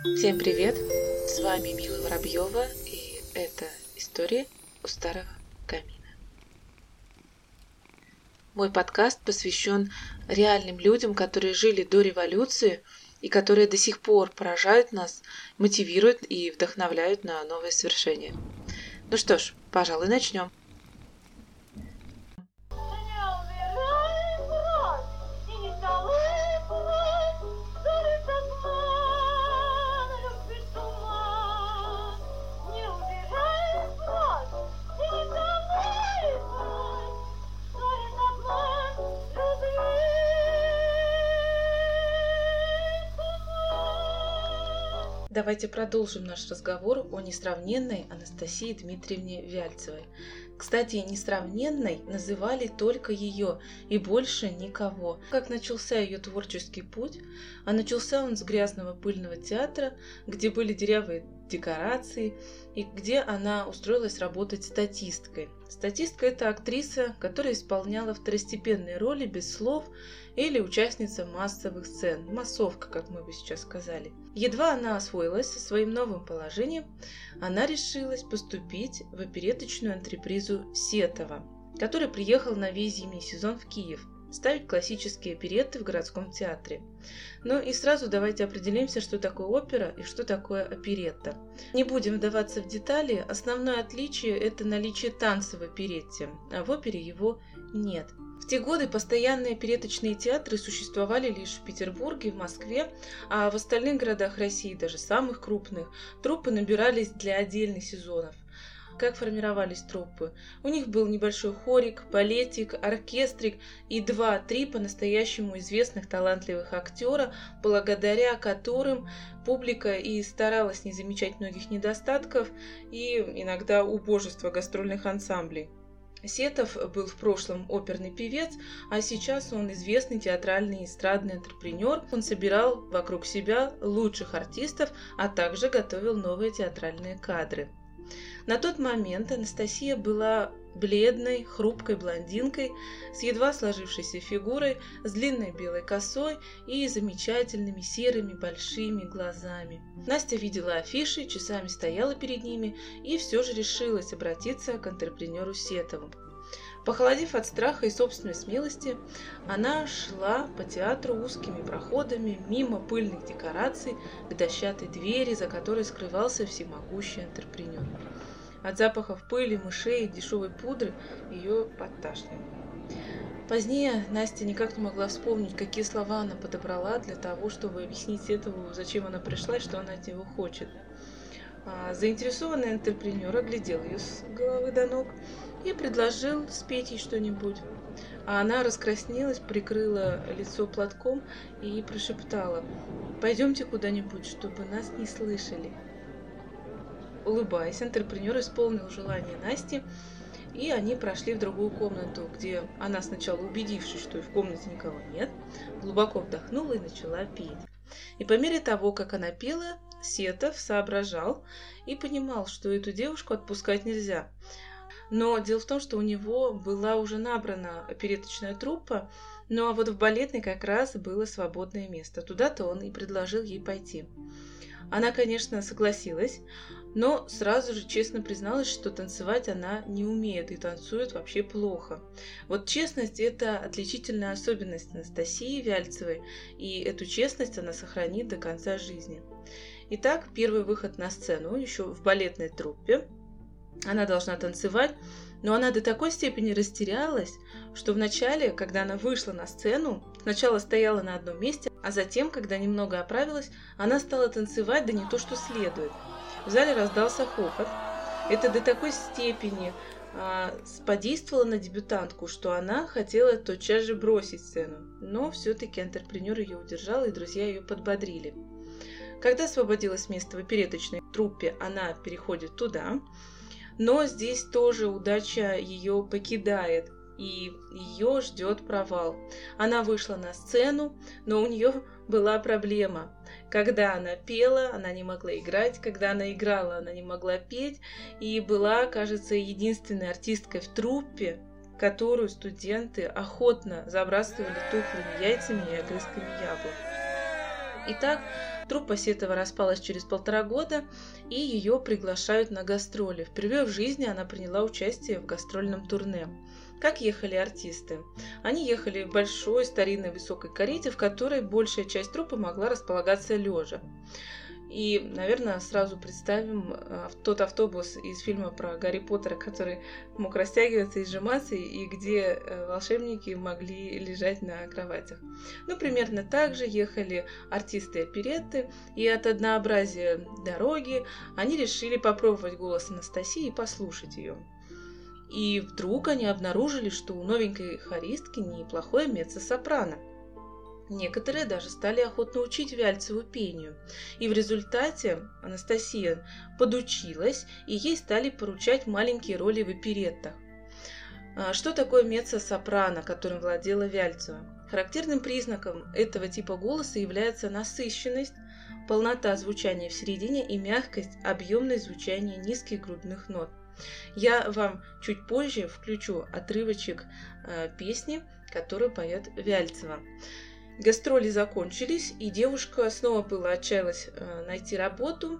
Всем привет! С вами Мила Воробьева, и это история у старого камина. Мой подкаст посвящен реальным людям, которые жили до революции и которые до сих пор поражают нас, мотивируют и вдохновляют на новые свершения. Ну что ж, пожалуй, начнем. Давайте продолжим наш разговор о несравненной Анастасии Дмитриевне Вяльцевой. Кстати, несравненной называли только ее и больше никого. Как начался ее творческий путь? А начался он с грязного пыльного театра, где были дырявые декорации и где она устроилась работать статисткой. Статистка – это актриса, которая исполняла второстепенные роли без слов или участница массовых сцен, массовка, как мы бы сейчас сказали. Едва она освоилась со своим новым положением, она решилась поступить в опереточную антрепризу Сетова, который приехал на весь зимний сезон в Киев, ставить классические оперетты в городском театре. Ну и сразу давайте определимся, что такое опера и что такое оперетта. Не будем вдаваться в детали, основное отличие – это наличие танца в оперетте, а в опере его нет. В те годы постоянные опереточные театры существовали лишь в Петербурге, в Москве, а в остальных городах России, даже самых крупных, труппы набирались для отдельных сезонов. Как формировались труппы? У них был небольшой хорик, балетик, оркестрик и 2-3 по-настоящему известных талантливых актера, благодаря которым публика и старалась не замечать многих недостатков и иногда убожества гастрольных ансамблей. Сетов был в прошлом оперный певец, а сейчас он известный театральный и эстрадный антрепренер. Он собирал вокруг себя лучших артистов, а также готовил новые театральные кадры. На тот момент Анастасия была бледной, хрупкой блондинкой с едва сложившейся фигурой, с длинной белой косой и замечательными серыми большими глазами. Настя видела афиши, часами стояла перед ними и все же решилась обратиться к антрепренеру Сетову. Похолодев от страха и собственной смелости, она шла по театру узкими проходами, мимо пыльных декораций, к дощатой двери, за которой скрывался всемогущий антрепренер. От запахов пыли, мышей и дешевой пудры ее подташнивало. Позднее Настя никак не могла вспомнить, какие слова она подобрала для того, чтобы объяснить Сетову, зачем она пришла и что она от него хочет. Заинтересованный антрепренер оглядел ее с головы до ног и предложил спеть ей что-нибудь. А она раскраснелась, прикрыла лицо платком и прошептала: «Пойдемте куда-нибудь, чтобы нас не слышали». Улыбаясь, антрепренер исполнил желание Насти, и они прошли в другую комнату, где она, сначала убедившись, что и в комнате никого нет, глубоко вдохнула и начала петь. И по мере того, как она пела, Сетов соображал и понимал, что эту девушку отпускать нельзя. Но дело в том, что у него была уже набрана опереточная труппа, ну а вот в балетной как раз было свободное место. Туда-то он и предложил ей пойти. Она, конечно, согласилась, но сразу же честно призналась, что танцевать она не умеет и танцует вообще плохо. Вот честность – это отличительная особенность Анастасии Вяльцевой, и эту честность она сохранит до конца жизни. Итак, первый выход на сцену еще в балетной труппе. Она должна танцевать, но она до такой степени растерялась, что вначале, когда она вышла на сцену, сначала стояла на одном месте, а затем, когда немного оправилась, она стала танцевать, да не то что следует. В зале раздался хохот. Это до такой степени подействовало на дебютантку, что она хотела тотчас же бросить сцену. Но все-таки антрепренер ее удержал, и друзья ее подбодрили. Когда освободилось место в опереточной труппе, она переходит туда. Но здесь тоже удача ее покидает, и ее ждет провал. Она вышла на сцену, но у нее была проблема. Когда она пела, она не могла играть, когда она играла, она не могла петь, и была, кажется, единственной артисткой в труппе, которую студенты охотно забрасывали тухлыми яйцами и огрызками яблок. Итак, труппа Сетова распалась через 1,5 года, и ее приглашают на гастроли. Впервые в жизни она приняла участие в гастрольном турне. Как ехали артисты? Они ехали в большой старинной высокой карете, в которой большая часть труппы могла располагаться лежа. И, наверное, сразу представим тот автобус из фильма про Гарри Поттера, который мог растягиваться и сжиматься, и где волшебники могли лежать на кроватях. Ну, примерно так же ехали артисты оперетты, и от однообразия дороги они решили попробовать голос Анастасии и послушать ее. И вдруг они обнаружили, что у новенькой хористки неплохое меццо-сопрано. Некоторые даже стали охотно учить Вяльцеву пению. И в результате Анастасия подучилась, и ей стали поручать маленькие роли в опереттах. Что такое меццо-сопрано, которым владела Вяльцева? Характерным признаком этого типа голоса является насыщенность, полнота звучания в середине и мягкость, объемность звучания низких грудных нот. Я вам чуть позже включу отрывочек песни, которую поет Вяльцева. Гастроли закончились, и девушка снова была отчаялась найти работу,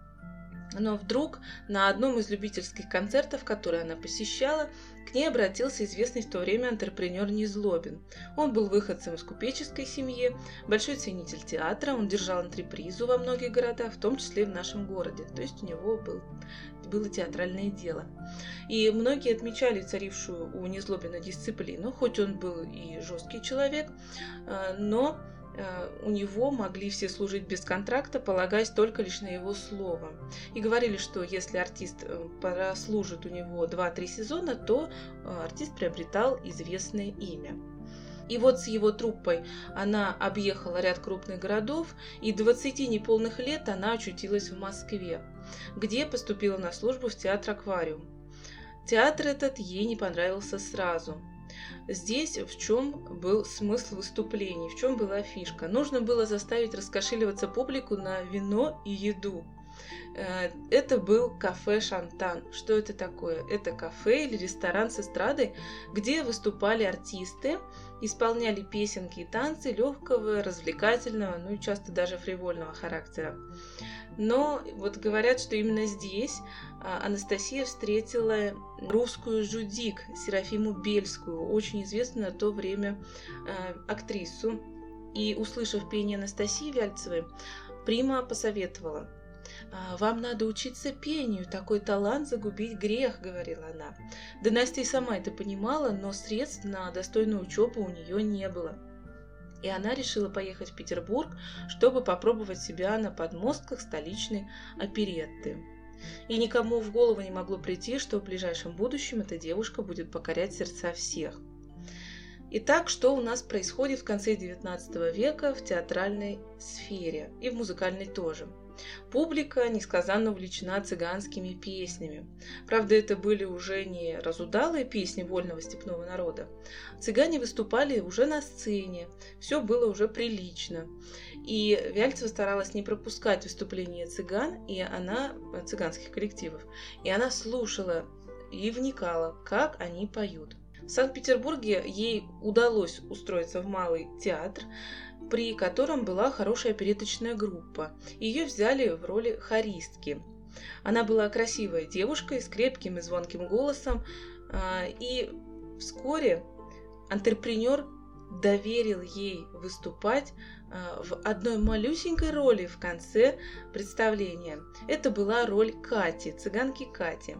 но вдруг на одном из любительских концертов, которые она посещала, к ней обратился известный в то время антрепренер Незлобин. Он был выходцем из купеческой семьи, большой ценитель театра, он держал антрепризу во многих городах, в том числе и в нашем городе, то есть у него было театральное дело. И многие отмечали царившую у Незлобина дисциплину, хоть он был и жесткий человек, но у него могли все служить без контракта, полагаясь только лишь на его слово. И говорили, что если артист прослужит у него 2-3 сезона, то артист приобретал известное имя. И вот с его труппой она объехала ряд крупных городов, и 20 неполных лет она очутилась в Москве, где поступила на службу в театр «Аквариум». Театр этот ей не понравился сразу. Здесь в чем был смысл выступлений, в чем была фишка? Нужно было заставить раскошеливаться публику на вино и еду. Это был кафе «Шантан». Что это такое? Это кафе или ресторан с эстрадой, где выступали артисты, исполняли песенки и танцы легкого, развлекательного, ну и часто даже фривольного характера. Но вот говорят, что именно здесь Анастасия встретила русскую Жудик, Серафиму Бельскую, очень известную на то время актрису. И, услышав пение Анастасии Вяльцевой, Прима посоветовала: «Вам надо учиться пению, такой талант загубить грех», — говорила она. Да Настя и сама это понимала, но средств на достойную учебу у нее не было. И она решила поехать в Петербург, чтобы попробовать себя на подмостках столичной оперетты. И никому в голову не могло прийти, что в ближайшем будущем эта девушка будет покорять сердца всех. Итак, что у нас происходит в конце XIX века в театральной сфере и в музыкальной тоже? Публика несказанно увлечена цыганскими песнями. Правда, это были уже не разудалые песни вольного степного народа. Цыгане выступали уже на сцене, все было уже прилично. И Вяльцева старалась не пропускать выступления цыганских коллективов. И она слушала и вникала, как они поют. В Санкт-Петербурге ей удалось устроиться в Малый театр, при котором была хорошая опереточная группа. Ее взяли в роли хористки. Она была красивая девушка с крепким и звонким голосом, и вскоре антрепренер доверил ей выступать в одной малюсенькой роли в конце представления. Это была роль Кати, цыганки Кати.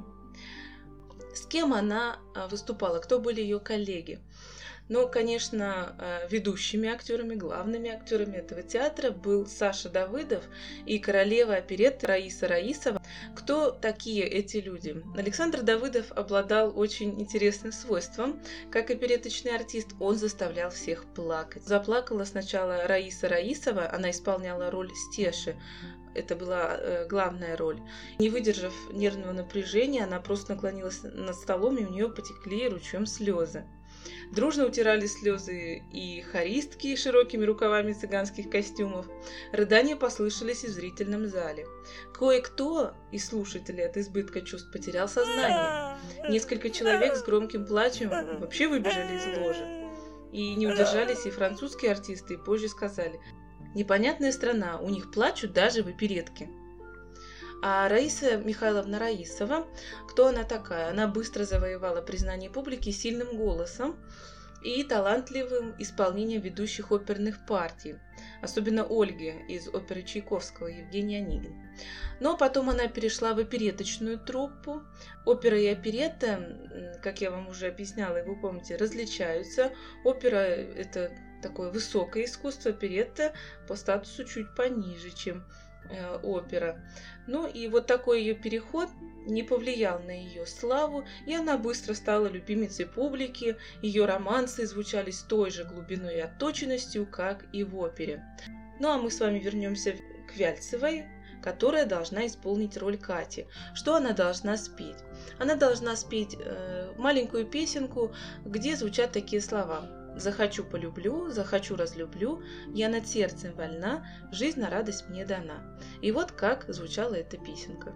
С кем она выступала, кто были ее коллеги? Но, конечно, ведущими актерами, главными актерами этого театра был Саша Давыдов и королева оперетты Раиса Раисова. Кто такие эти люди? Александр Давыдов обладал очень интересным свойством. Как опереточный артист, он заставлял всех плакать. Заплакала сначала Раиса Раисова, она исполняла роль Стеши. Это была главная роль. Не выдержав нервного напряжения, она просто наклонилась над столом, и у нее потекли ручьем слезы. Дружно утирали слезы и хористки широкими рукавами цыганских костюмов. Рыдания послышались и в зрительном зале. Кое-кто из слушателей от избытка чувств потерял сознание. Несколько человек с громким плачем вообще выбежали из ложи. И не удержались и французские артисты, и позже сказали: Непонятная страна, у них плачут даже в оперетке. А Раиса Михайловна Раисова, кто она такая? Она быстро завоевала признание публики сильным голосом и талантливым исполнением ведущих оперных партий, особенно Ольги из оперы Чайковского «Евгений Онегин». Но потом она перешла в опереточную труппу. Опера и оперетта, как я вам уже объясняла, и вы помните, различаются. Опера – это такое высокое искусство, оперетта по статусу чуть пониже, чем опера. Ну и вот такой ее переход не повлиял на ее славу, и она быстро стала любимицей публики. Ее романсы звучали с той же глубиной и отточенностью, как и в опере. Ну а мы с вами вернемся к Вяльцевой, которая должна исполнить роль Кати. Что она должна спеть? Она должна спеть маленькую песенку, где звучат такие слова: «Захочу, полюблю, захочу, разлюблю, я над сердцем вольна, жизнь на радость мне дана». И вот как звучала эта песенка.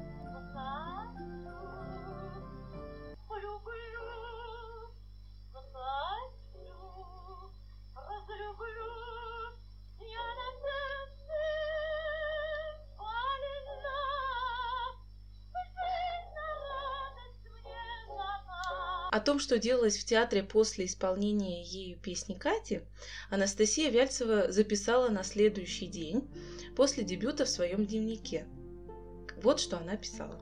О том, что делалось в театре после исполнения ею песни Кати, Анастасия Вяльцева записала на следующий день после дебюта в своем дневнике. Вот что она писала.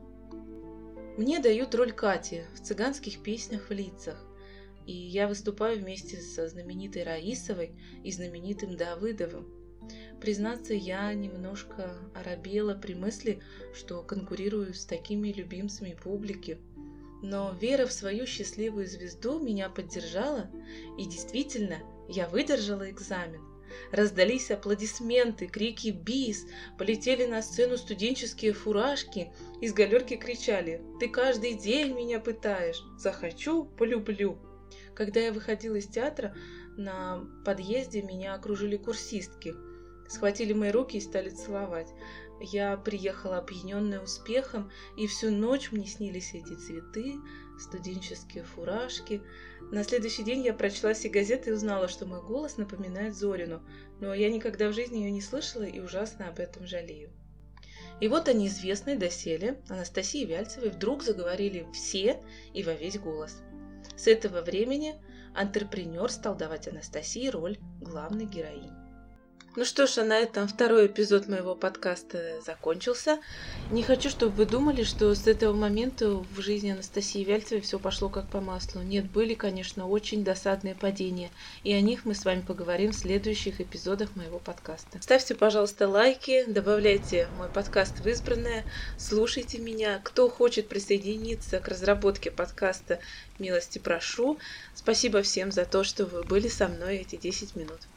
«Мне дают роль Кати в цыганских песнях в лицах, и я выступаю вместе со знаменитой Раисовой и знаменитым Давыдовым. Признаться, я немножко оробела при мысли, что конкурирую с такими любимцами публики. Но вера в свою счастливую звезду меня поддержала, и действительно, я выдержала экзамен. Раздались аплодисменты, крики «Бис!», полетели на сцену студенческие фуражки, из галерки кричали «Ты каждый день меня пытаешь! Захочу, полюблю!». Когда я выходила из театра, на подъезде меня окружили курсистки, схватили мои руки и стали целовать. Я приехала опьяненная успехом, и всю ночь мне снились эти цветы, студенческие фуражки. На следующий день я прочла все газеты и узнала, что мой голос напоминает Зорину, но я никогда в жизни ее не слышала и ужасно об этом жалею. И вот о неизвестной доселе Анастасии Вяльцевой вдруг заговорили все и во весь голос. С этого времени антрепренер стал давать Анастасии роль главной героини. Ну что ж, а на этом второй эпизод моего подкаста закончился. Не хочу, чтобы вы думали, что с этого момента в жизни Анастасии Вяльцевой все пошло как по маслу. Нет, были, конечно, очень досадные падения, и о них мы с вами поговорим в следующих эпизодах моего подкаста. Ставьте, пожалуйста, лайки, добавляйте мой подкаст в избранное, слушайте меня. Кто хочет присоединиться к разработке подкаста, милости прошу. Спасибо всем за то, что вы были со мной эти 10 минут.